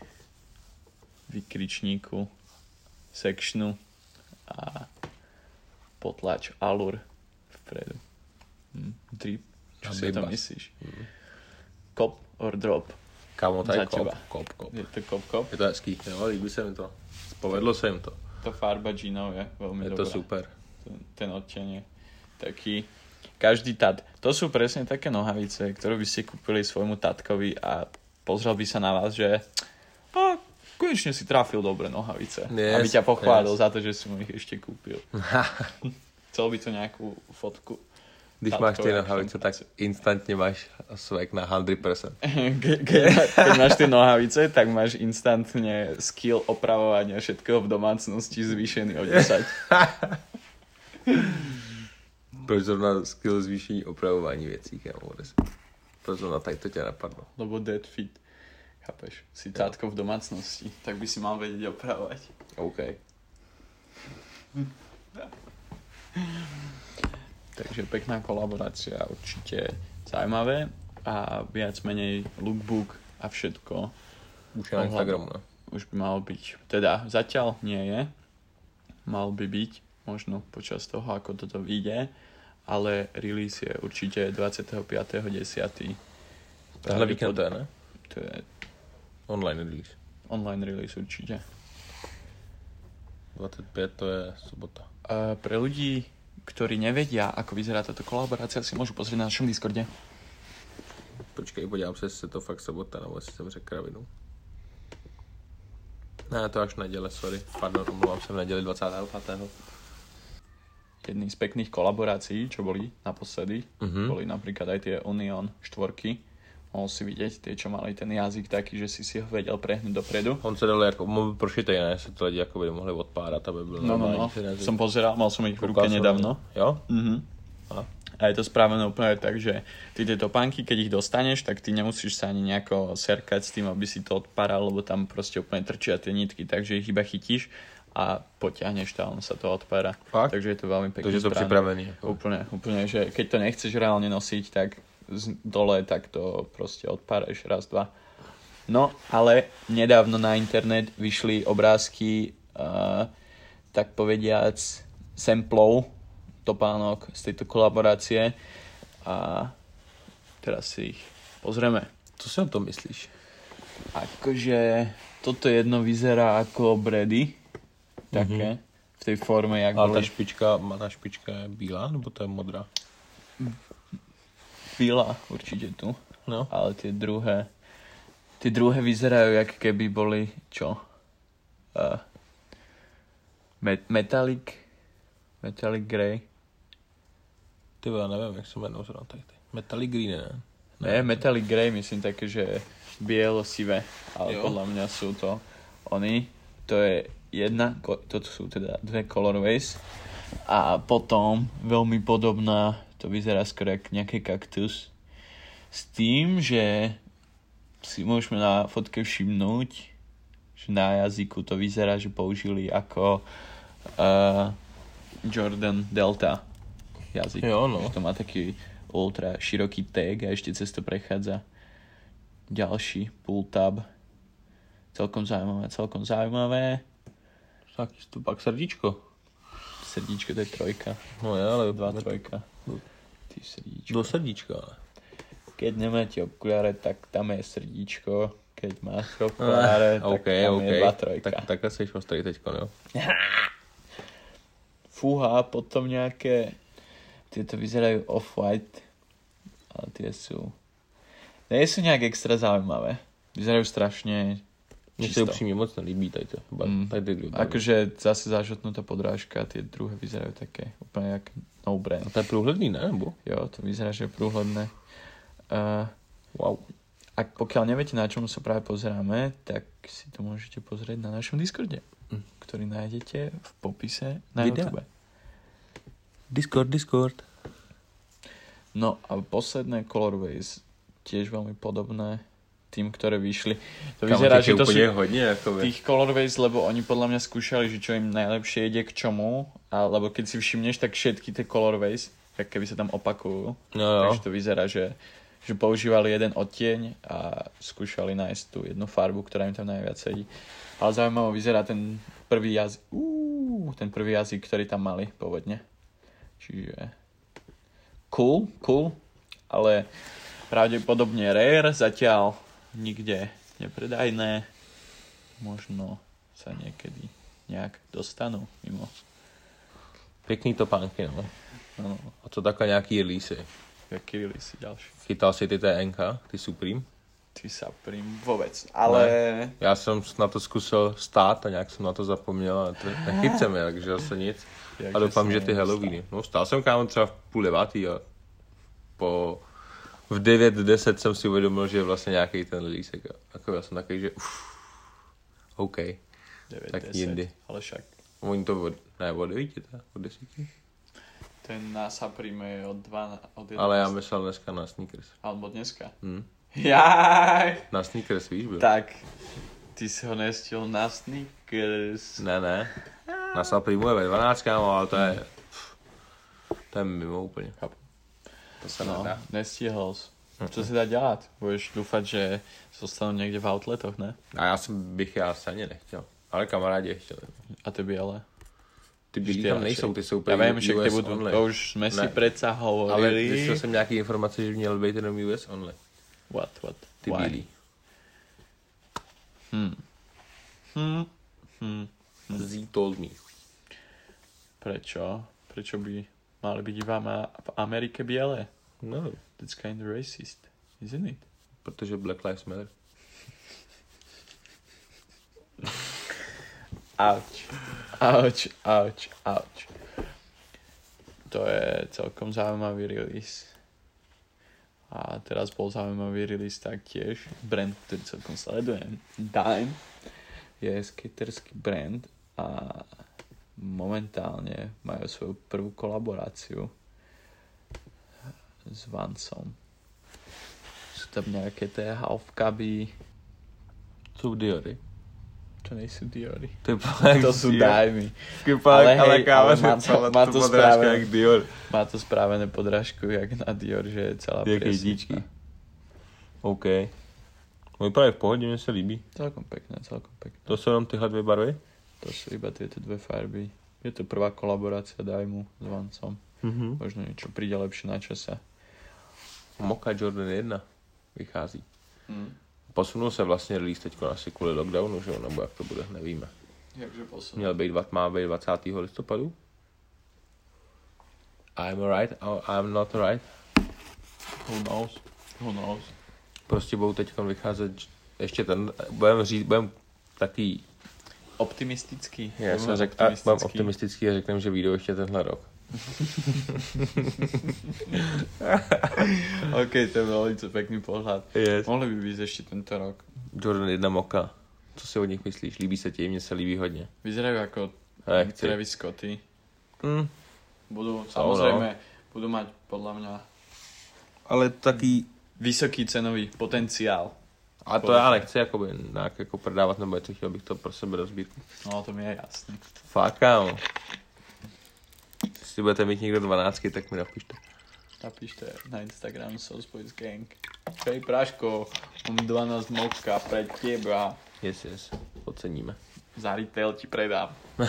vykričníku sectionu a potlač Allure vpredu. Drip. Čo si to myslíš? Cop or drop? Kámo, to je kop. Je to kop? Je to hezký, jo, líbí se mi to. Povedlo se jim to. To farba džínov je veľmi dobrá. Je to super. Ten odteň je taký. Každý tat. To sú presne také nohavice, ktoré by ste kúpili svojmu tatkovi a pozrel by sa na vás, že konečne si trafil dobre nohavice. Aby ťa pochválil za to, že si mu ich ešte kúpil. Chcel by to nejakú fotku. Když máš ty nohavice, tak instantne máš swag na 100%. Keď máš tie nohavice, tak máš instantne skill opravovania všetkého v domácnosti zvýšený o 10. Proč zrovna skill zvýšení opravování věcí, kámo? Proč zrovna tak to tě napadlo? Lebo dead fit. Chápeš? Si tátko v domácnosti, tak by si mal vedieť opravovať. OK. Takže pekná kolaborácia, určite zaujímavé a viac menej lookbook a všetko. Už je na Instagramu, ne? Už by mal byť. Teda zatiaľ nie je. Mal by byť, možno počas toho, ako toto vyjde, ale release je určite 25.10. Tahle víkend to je, ne? To je online release. Online release určite. 25 to je sobota. Pre ľudí, ktorí nevedia, ako vyzerá táto kolaborácia, si môžu pozrieť na našom Discorde. Počkej, podívám se, jestli je to fakt sobota, nebo jestli jsem řekl kravinu. Ne, to až neděle, sorry. Pardon, omlouvám se, v neděli 25. Jedný z pekných kolaborácií, čo boli naposledy, boli napríklad aj tie Union 4. Mohol si vidieť tie, čo mali ten jazyk taký, že si ho vedel prehnúť dopredu. On se dal jako mobil prošitej, ne? Se to lidi jako by mohli odpárat, aby byl No. Som pozeral, mal som ich v ruke nedávno. Jo? A je to spravené úplne tak, že ty tie topánky, keď ich dostaneš, tak ty nemusíš sa ani nejako serkať s tým, aby si to odparal, lebo tam proste úplne trčia tie nitky, takže ich iba chytíš a potiahneš to a on sa to odpára. Fakt? Takže je to veľmi pekne Takže to připravený. Úplne, že keď to nechceš reálne nosiť, tak dole, tak to proste odpáraš raz, dva. No, ale nedávno na internet vyšli obrázky, tak povediac, samplov topánok z tejto kolaborácie a teraz si ich pozrieme. Co si o tom myslíš? Akože toto jedno vyzerá ako Brady, také, v tej forme, jak ale ta špička je bílá, nebo to je modrá? Bílá určite tu, no. Ale tie druhé vyzerajú, jak keby boli, čo? Metallic grey. Ty já nevím, jak se jmenou zrovna tady. Metallic green, ne? Ne, Metallic grey, myslím také, že bielo-sivé, ale jo. Podľa mňa sú to oni. To je toto sú teda dve colorways a potom veľmi podobná, to vyzerá skoro jak nejaký kaktus, s tým, že si môžeme na fotke všimnúť, že na jazyku to vyzerá, že použili ako Jordan Delta jazyk. Jo, no. Že to má taký ultra široký tag a ešte cez to prechádza ďalší pull tab. Celkom zaujímavé. Taký stupak srdíčko. Srdíčko, to je 3. No je, ale 2 3. Ty srdíčko. Do srdíčka, ale. Keď nemáte okuláre, tak tam je srdíčko. Keď máš okuláre, tak tam je 2 3. Takhle seš ostrý teďko, jo? Fúha, potom nejaké... Tieto vyzerajú off-white, ale tie sú... Nie sú nejak extra zaujímavé. Vyzerajú strašne Mně se upřímně moc nelíbí tady to. Akože zase zažotnutá podrážka, tie druhé vyzerajú také úplne jak no brand. A to je průhledný, ne? Nebo? Jo, to vyzerá, že je prúhledné. Wow. A pokiaľ neviete, na čom sa práve pozeráme, tak si to môžete pozrieť na našom Discorde, ktorý nájdete v popise na YouTube. Discord. No a posledné Colorways tiež veľmi podobné tým, ktoré vyšli. To vyzerá, že to sú hodne, tých Colorways, lebo oni podľa mňa skúšali, že čo im najlepšie ide k čomu, lebo keď si všimneš, tak všetky tie Colorways, tak keby sa tam opakujú, takže to vyzerá, že používali jeden odtieň a skúšali nájsť tú jednu farbu, ktorá im tam najviac sedí. Ale zaujímavo vyzerá ten prvý jazyk, ktorý tam mali pôvodne. Čiže cool, ale pravdepodobne rare, zatiaľ nikde nepredajné. Možno sa niekedy nejak dostanú mimo. Pěkný topánky, no. No. A to takhle nějaký release. Jaký release ďalší? Chytal si ty TNK, ty Supreme? Ty Supreme vôbec, ale... Ne. Já jsem na to zkusil stát a nějak jsem na to zapomněl a nechyt jsem je, takže zase nic. A doufám, že ty Halloweeny. No stál jsem kámo třeba v 8:30 a v 9:10 jsem si uvědomil, že je vlastně nějaký ten lísek. Jako já jsem takový, že OK. 9, tak 10, jindy. ale však. Oni to od 9, od 10. Ten na Supreme je od 12, od 11. Ale já myslel dneska na sneakers. Alebo dneska. Jaj! Na sneakers, víš, byl. Tak, ty si ho nestil na sneakers. Ne. Na Supreme je ve 12, ale to je mimo úplně. Chápu. To se nedá. Nestihl jsi. Co se dá dělat? Budeš doufat, že zostanú někde v outletoch, ne? A bych ani nechtěl. Ale kamarádi je chtěli. A ty biele? Ty bílí tam nejsou, ty jsou úplně já vím, že US ty budou, only. to už jsme si přece hovorili. Ale zjistil jsem nějaký informace, že měl být jenom US only. What? Ty Why? bílí. Z told me. Prečo by mali byť v Amerike biele? No. That's kind of racist, isn't it? Protože Black Lives Matter. Ouch. To je celkom zaujímavý release. A teraz bol zaujímavý release taktiež. Brand, ktorý celkom sledujem. Dime. Je skaterský brand a momentálne majú svoju prvú kolaboráciu s Vancom. Sú tam nejaké tie half-cuby. Sú Diory. To nejsou Diory. To sú Dime. Ale káva, má to podrážka jak Dior. Má to správené podrážku jak na Dior, že je celá priesvička. OK. Vypadá v pohodě, mně se líbí. Celkom pekné. To jsou jenom tyhle dvě barvy? To sú iba tieto dve farby. Je to prvá kolaborácia Dimeu s Vancom. Možno niečo príde lepšie na čase. Moka Jordan 1 vychází. Posunul se vlastně release teďko asi kvůli lockdownu, že jo? Nebo jak to bude, nevíme. Jakže posunul? Má být 20. listopadu. I'm alright, I'm not alright. Who knows? Prostě budou teďko vycházet ještě ten, budem taky optimistický. Já jsem řekl, budem optimistický a řekneme, že vyjdou ještě tenhle rok. OK, to je velice pekný pohľad. Yes. Mohli by být ještě tento rok. Jordan 1 Moka. Co si od nich myslíš? Líbí se ti? Mně se líbí hodně. Vyzerajú ako Travis Scotty. Budú, samozrejme, budú mať podľa mňa ale taký vysoký cenový potenciál. A to já nechci jakoby nějak jako prodávat, nebo něco, chtěl bych to pro sebe do sbírky. No, to mi je jasný. Fakt, kámo. Jestli budete mít někdo 12, tak mi napište. Napište na Instagram Sauce Boys Gang. Hej, Práško, mám 12 Moka pre teba. Yes, oceníme. Za retail ti predám.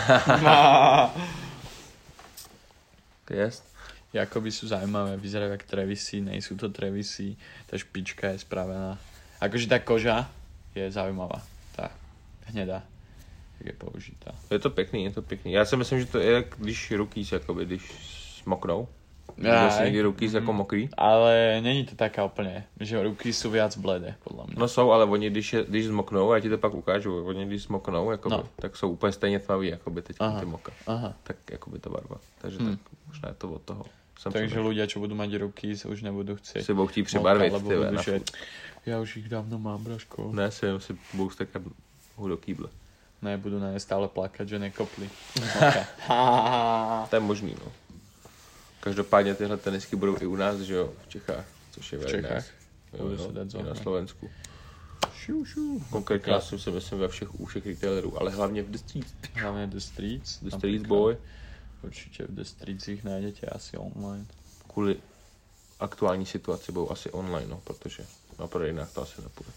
Yes. Jakoby sú zaujímavé, vyzerajú jak Travisy, nejsú to Travisy, tá špička je spravená. Akože tá koža je zaujímavá, tá hnedá, jak je použitá. Je to pěkný. Já si myslím, že to je, když ruky se jakoby, když smoknou, Viděl jsi někdy ruky jako mokrý? Ale není to taká úplně, že ruky jsou viac bledé, podle mě. No jsou, ale oni, když zmoknou, já ti to pak ukážu, oni když zmoknou, jakoby, tak jsou úplně stejně tmaví, jakoby teď ty moka. Aha. Tak jakoby ta barva. Takže tak možná je to od toho. Takže ľudia, čo budú mať ruky, sa už nebudú chcieť. Si budou chtít přebarvit, ty na že já už ich dávno mám, Braško. Ne, si budou stekat do kýble. Ne, budú na ne stále plakať, že nekopli. To je možný, no. Každopádně tyhle tenisky budou i u nás, že jo, v Čechách, což je very nice. Jo, i na Slovensku. Konkrétně jsem si myslím u všech retailerů, ale hlavně v The Streets. Hlavně The Streets. The Streets Boy. Určitě v The Streets ich nájdete asi online. Kvůli aktuální situaci budou asi online, no, protože na prodejnách to asi nepůjde.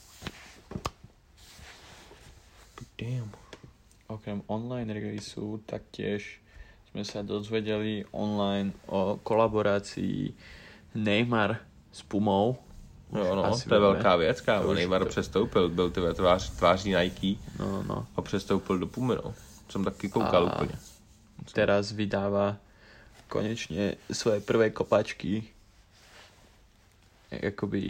Damn. Okrem online releaseu taktiež sme sa dozvedeli online o kolaborácii Neymar s Pumou. Jo, no, to je velká věc, kámo. Neymar přestoupil, byl ty tváří Nike a přestoupil do Pumy, no. Jsem taky koukal úplně. Teraz vydáva konečne svoje prvé kopačky. Jakoby...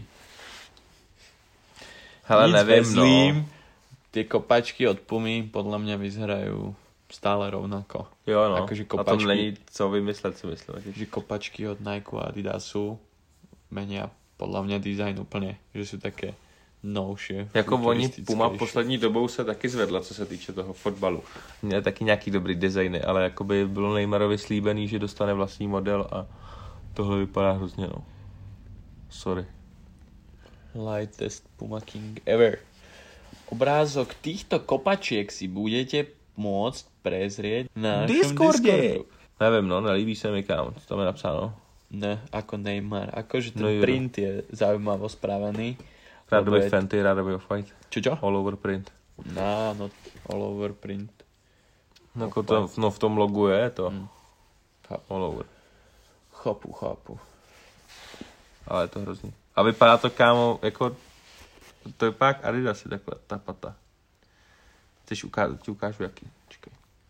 Hele, nevím, no. Tie kopačky od Pumy podľa mňa vyzerajú stále rovnako. Jo, no. Akože kopačky, a tom není co vymyslet, si myslím. Že kopačky od Nike a Adidasu menia podľa mňa design úplne, že sú také novšie. Jako oni, Puma poslední dobou se taky zvedla, co se týče toho fotbalu. Měli taky nějaký dobrý designy, ale jakoby bylo Neymarovi slíbený, že dostane vlastní model a tohle vypadá hrozně, no. Sorry. Lightest Puma King ever. Obrázok týchto kopačiek si budete môcť prezrieť na Discordu. Nevím, no, nelíbí se mi, kámo, co tam je napsáno. Ne, ako Neymar. Akože ten print je zaujímavo spravený. Rádoby Fenty, rádoby Off-White. Čo? All over print. No, all over print. No, v tom logu je to. All over. Chápu. Ale je to hrozný. A vypadá to, kámo, jako... To je pak Adidas je takhle, ta pata. Chceš ti ukážu jaký. Čekaj.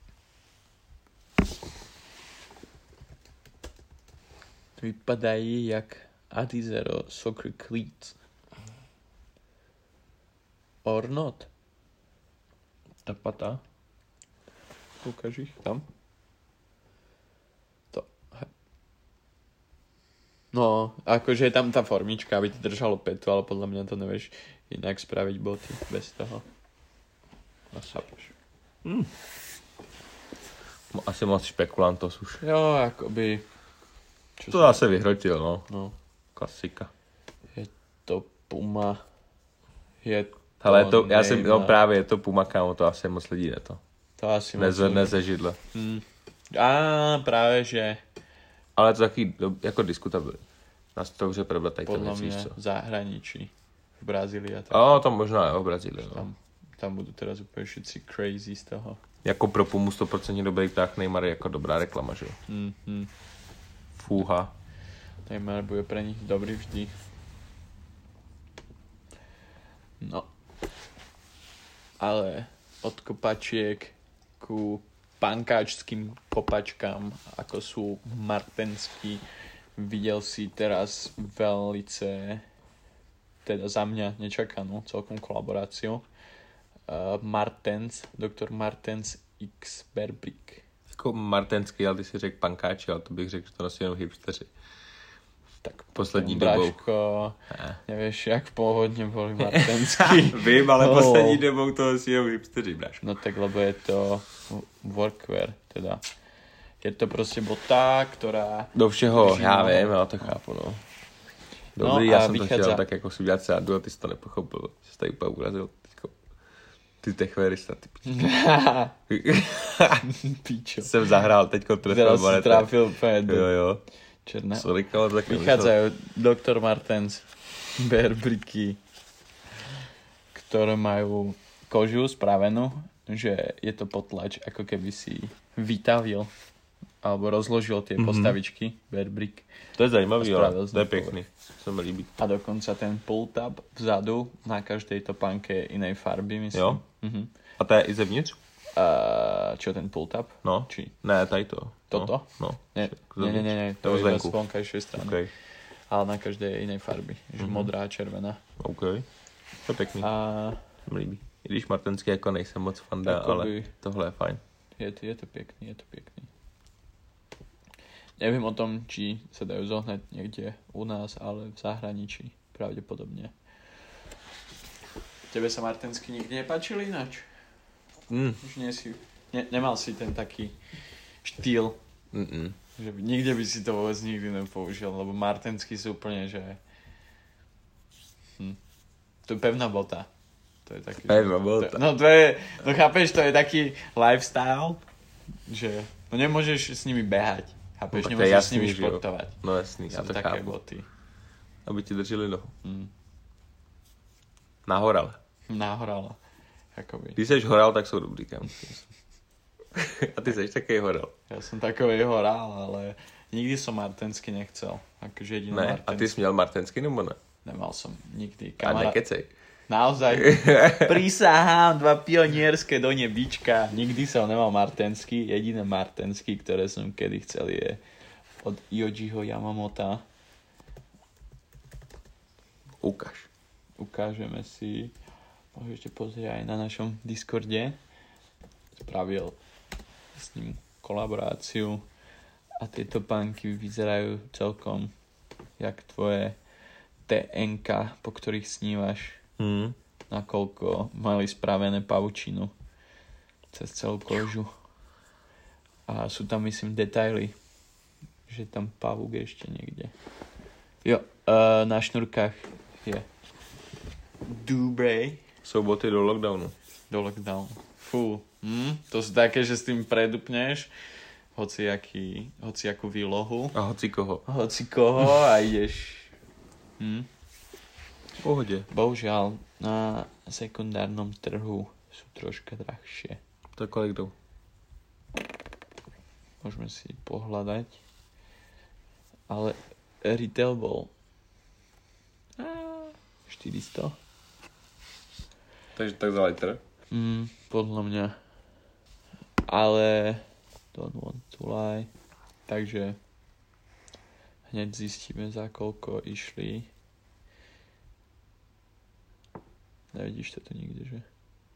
Vypadají jak Adizero Soccer Cleats. Or not. Ta pata. Ukáž ich tam. To. No, akože je tam tá formička, aby ti držalo petu, ale podľa mňa to nevieš inak spraviť boty bez toho. Chápeš. Asi moc špekulantos už. Jo, akoby... To zase vyhrotil, no. Klasika. Je to Puma. Je to... Hele, právě je to Puma, kámo, to asi moc lidí to. To asi moc nezvedne ze židle. A právě, že... Ale to taky jako diskutabilní. Nás to hře probrat tady podľa mňa v zahraničí. V Brazílii a tak. To možná jo, v Brazílii, no. Tam budú teraz úplne všetci crazy z toho. Jako pro Pumu 100% dobrý pták, Neymar je jako dobrá reklama, že jo? Fúha. Neymar bude pre nich dobrý vždy. No. Ale od kopačiek ku pankáčským kopačkám, ako sú martenský, videl si teraz velice, teda za mňa nečakanú celkom kolaboráciu. Dr. Martens X Bearbrick. Jako martenský, ale ty si řekl pankáči, ale to bych řekl, že to nosí jenom hipsteři. Tak poslední dobou. Braško, nevieš, jak pôvodne boli martenský. Vím, ale poslední dobou to nosí jenom hipsteři, Braško. No tak, lebo je to workwear, teda. Je to prostě bota, ktorá... Do všeho, já vím, já to chápu, no. Dobrý, já jsem to chtěl tak jako si udělat srandu a ty jsi to nepochopil. Jsi tady úplně urazil. Ty techverista, ty píčo. Jsem zahrál teďko trefil baretek. Teraz si trafil úplně jo. Černé. Sorry, ale tak vychádzajú Dr. Martens Bearbricky, ktoré majú kožu spravenú, že je to potlač, ako keby si vytavil alebo rozložil tie postavičky Bearbrick. To je zajímavý, ale to je pěkný. Se mi líbí. A dokonca ten pull tab vzadu na každej topánke je inej farby, myslím. Jo? A to je i zevnitř? Čo ten pull-tab? No, Či ne, tady to. toto? No. Nie, Zevnitř. to je iba z zvenku. vonkajšej strany. OK. Ale na každej je inej farby. Že modrá a červená. OK. To je pěkný. A Mi líbí. I když martenský jako nejsem moc fanda, ale tohle je fajn. je to pekný, je to pekný. Neviem o tom, či sa dajú zohnať niekde u nás, ale v zahraničí pravdepodobne. Tebe sa martensky nikdy nepáčili ináč? Už nie si... nemal si ten taký štýl, že nikde by si to vôbec nikdy nepoužil, lebo martensky sú úplne, že... To je pevná bota. To je taký... Pevná bota. To je... No chápeš, to je taký lifestyle, že... No nemôžeš s nimi behať. Chápeš, nemôžeš s nimi športovať. No jasný, já Sú to také chápu. boty. Aby ti drželi nohu. Na horale. Náhorala. Jakoby. Když seš horal, tak jsou dobrý, kam. A ty seš taký horal. Ja som takový horál, ale nikdy som martensky nechcel. Akože jediné Ne, martensky. a ty jsi měl martensky nebo ne? Nemal som nikdy. A nekecej. Naozaj. Prisahám, 2 pionierské do nebička. Nikdy som nemal martensky. Jediné martensky, ktoré som kedy chcel, je od Yojiho Yamamota. Ukaž. Ukážeme si. Môžete pozrieť aj na našom Discorde. Spravil s ním kolaboráciu a tieto pánky vyzerajú celkom jak tvoje TNK, po ktorých snívaš, nakoľko mali spravené pavučinu cez celú kožu a sú tam, myslím, detaily, že tam pavúk ešte niekde. Jo, na šnurkách je Dubre Jsou boty do lockdownu. do lockdownu. Fú, to sú také, že s tým predupneš hociakú výlohu, A hoci koho. hoci koho a ideš. V pohodě. Bohužiaľ, na sekundárnom trhu sú troška drahšie. To kolik jdou? Môžeme si pohľadať. Ale retail bol 400. Takže tak za litr. Podľa mňa. Ale don't want to lie. Takže hneď zistíme, za koľko išli. Nevidíš to tu nikde, že?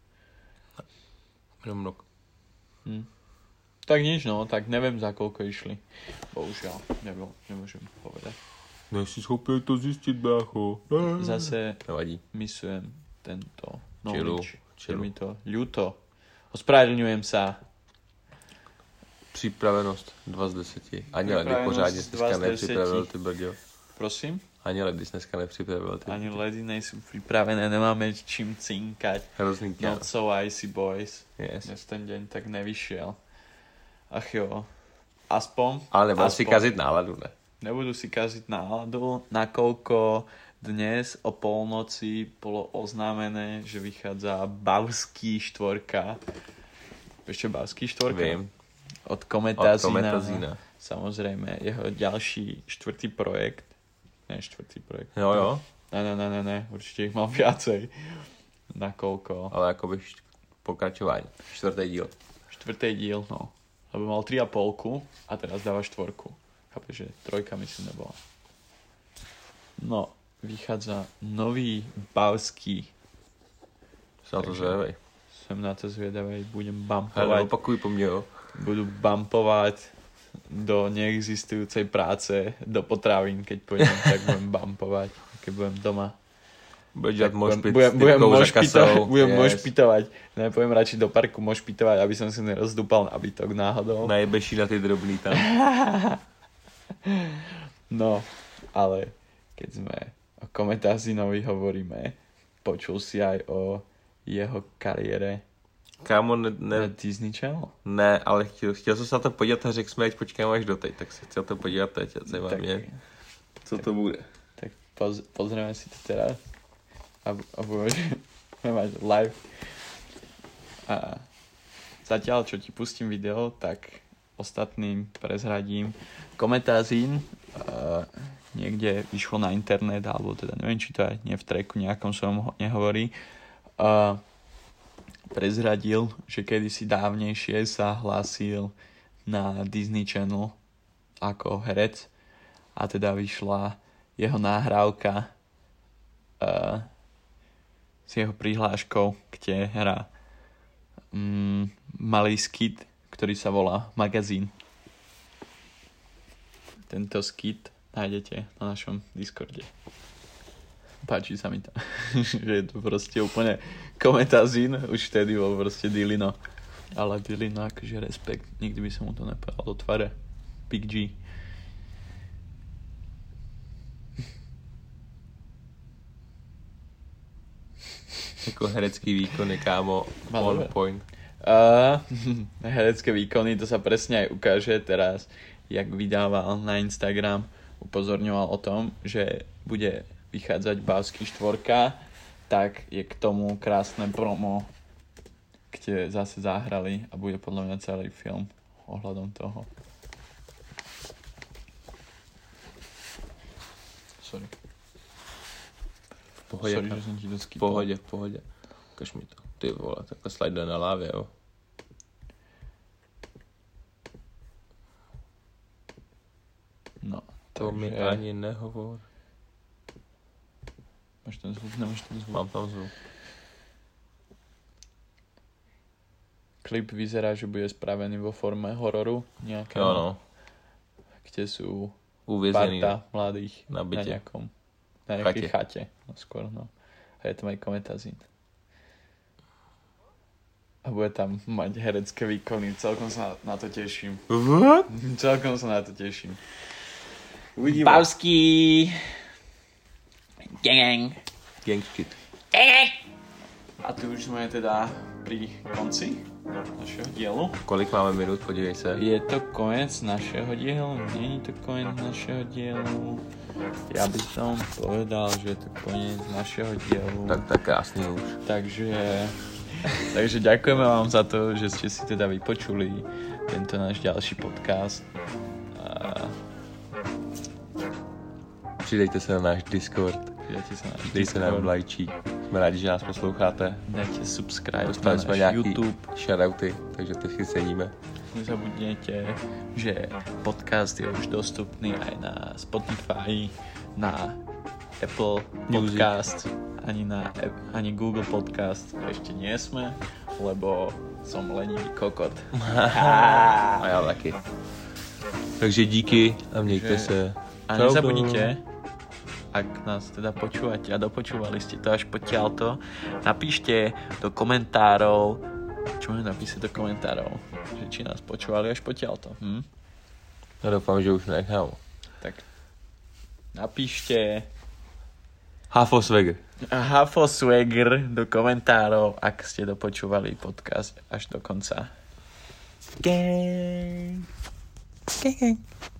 Jenom rok. Tak nič, no, tak neviem, za koľko išli. Bohužiaľ, nemôžem povedať. Nejsi schopný to zjistit, brácho. Zase Nevadí. misujem tento Čilu. Je mi to ľúto. Ospravedlňujem sa. Připravenost 2 z 10. Ani ledy pořádně dneska nepřipravil, ty brďo. Prosím? Ani ledy dneska nepřipravil, ty. Ani ledy nejsou pripravené, nemáme čím cinkať. Hrozný kámo. Not so icy boys. Yes. Dnes ten deň tak nevyšiel. Ach jo. Aspoň. Ale nebudu si kazit náladu, ne? Nebudu si kaziť náladu, nakoľko dnes o polnoci bolo oznámené, že vychádza Bavský 4. Vieš čo Bavský 4? Vím. Od Kometazína. Od Kometazína. Samozrejme, jeho ďalší 4. projekt. Ne, 4. projekt. Jo, jo. Ne, určite ich mal viacej. Nakoľko? Ale jakoby pokračování. 4. díl. 4. díl, no. Lebo mal 3,5 a teraz dáva 4. Chápeš, že 3 myslím nebola. No, vychádza nový Bavský. Jsem na to zvědavej. Som na to zvedavý, budem Ale bumpovať. opakuj po mně, jo. Budu bumpovať do neexistujúcej práce, do potravín, keď pôjdem, tak budem bumpovať, keď budem doma. Budeš dělat mošpit s budem typkou za kasou. budem mošpitovať. Ne, poviem radšej do parku mošpitovať, aby som si nerozdúpal nabytok náhodou. Najebeš na ty drobný tam. No, ale keď sme o Kometazinovi hovoríme, počul si aj o jeho kariére Kámo, na ne, Disney Channel? ne, ale chtěl jsem se na to podívat a řekl jsme, ať počkáme až doteď, tak se chtěl to podívat teď a zajímá mě, co to bude. Tak pozrieme si to teraz a budeme mať live. A zatiaľ, čo ti pustím video, tak ostatným prezradím. Kometazín niekde vyšlo na internet, alebo teda neviem, či to aj nie v tracku nejakom svojom nehovorí. prezradil, že kedysi dávnejšie sa hlásil na Disney Channel ako herec a teda vyšla jeho nahrávka s jeho prihláškou, kde hrá malý skit, ktorý sa volá Magazín. Tento skit nájdete na našom Discorde. Páči sa mi to. Že je to proste úplne kometazín. Už vtedy bol proste Dilino. Ale Dilino akože respekt. Nikdy by som mu to nepovedal do tvare. Big G. Jako herecký výkony, kámo, on point. Herecké výkony, to sa presne aj ukáže teraz, jak vydával na Instagram, upozorňoval o tom, že bude vychádzať Bávsky 4, tak je k tomu krásne promo, kde zase zahrali a bude podľa mňa celý film ohľadom toho. Sorry. V pohodě, Sorry, že jsem ti to skýpal. v pohodě. Ukaž mi to. Ty vole, takhle slide na lávě, jo. No, To mi ani nehovor. Máš ten zvuk, nemáš ten zvuk? Mám tam zvuk. Klip vyzerá, že bude spravený vo forme hororu nejakého. Jo, no. Kde sú Uvězněný parta mladých na bytě. Na nejakej chate. No skôr, no. A je tam aj kometazín. A bude tam mať herecké výkony. Celkom sa na to teším. What? Celkom sa na to teším. Uvidíme. Pavský. Gang. Gang shit. A tu už sme teda pri konci našeho dielu. Kolik máme minut, podívej se. Je to konec našeho dielu? Není to konec našeho dielu? Ja by som povedal, že je to konec našeho dielu. Tak krásný už. Takže ďakujeme vám za to, že ste si teda vypočuli tento náš ďalší podcast. Přidejte se na náš Discord. Dejte nám lajčík. Jsme rádi, že nás posloucháte. Dajte subscribe Dostali na jsme náš nějaký YouTube. shoutouty, takže to si ceníme. Nezabudněte, že podcast je už dostupný aj na Spotify, na Apple Podcast, ani Google Podcast ešte nie sme, lebo som lenivý kokot. A já taky. Takže díky a mějte se. A nezabudnite, ak nás teda počúvate a dopočúvali ste to až potiaľto, napíšte do komentárov, čo máme napísať do komentárov, že či nás počúvali až potiaľto. No doufám, že už nechám. Tak napíšte Hafoswagger do komentárov, ak ste dopočúvali podcast až do konca. Gang.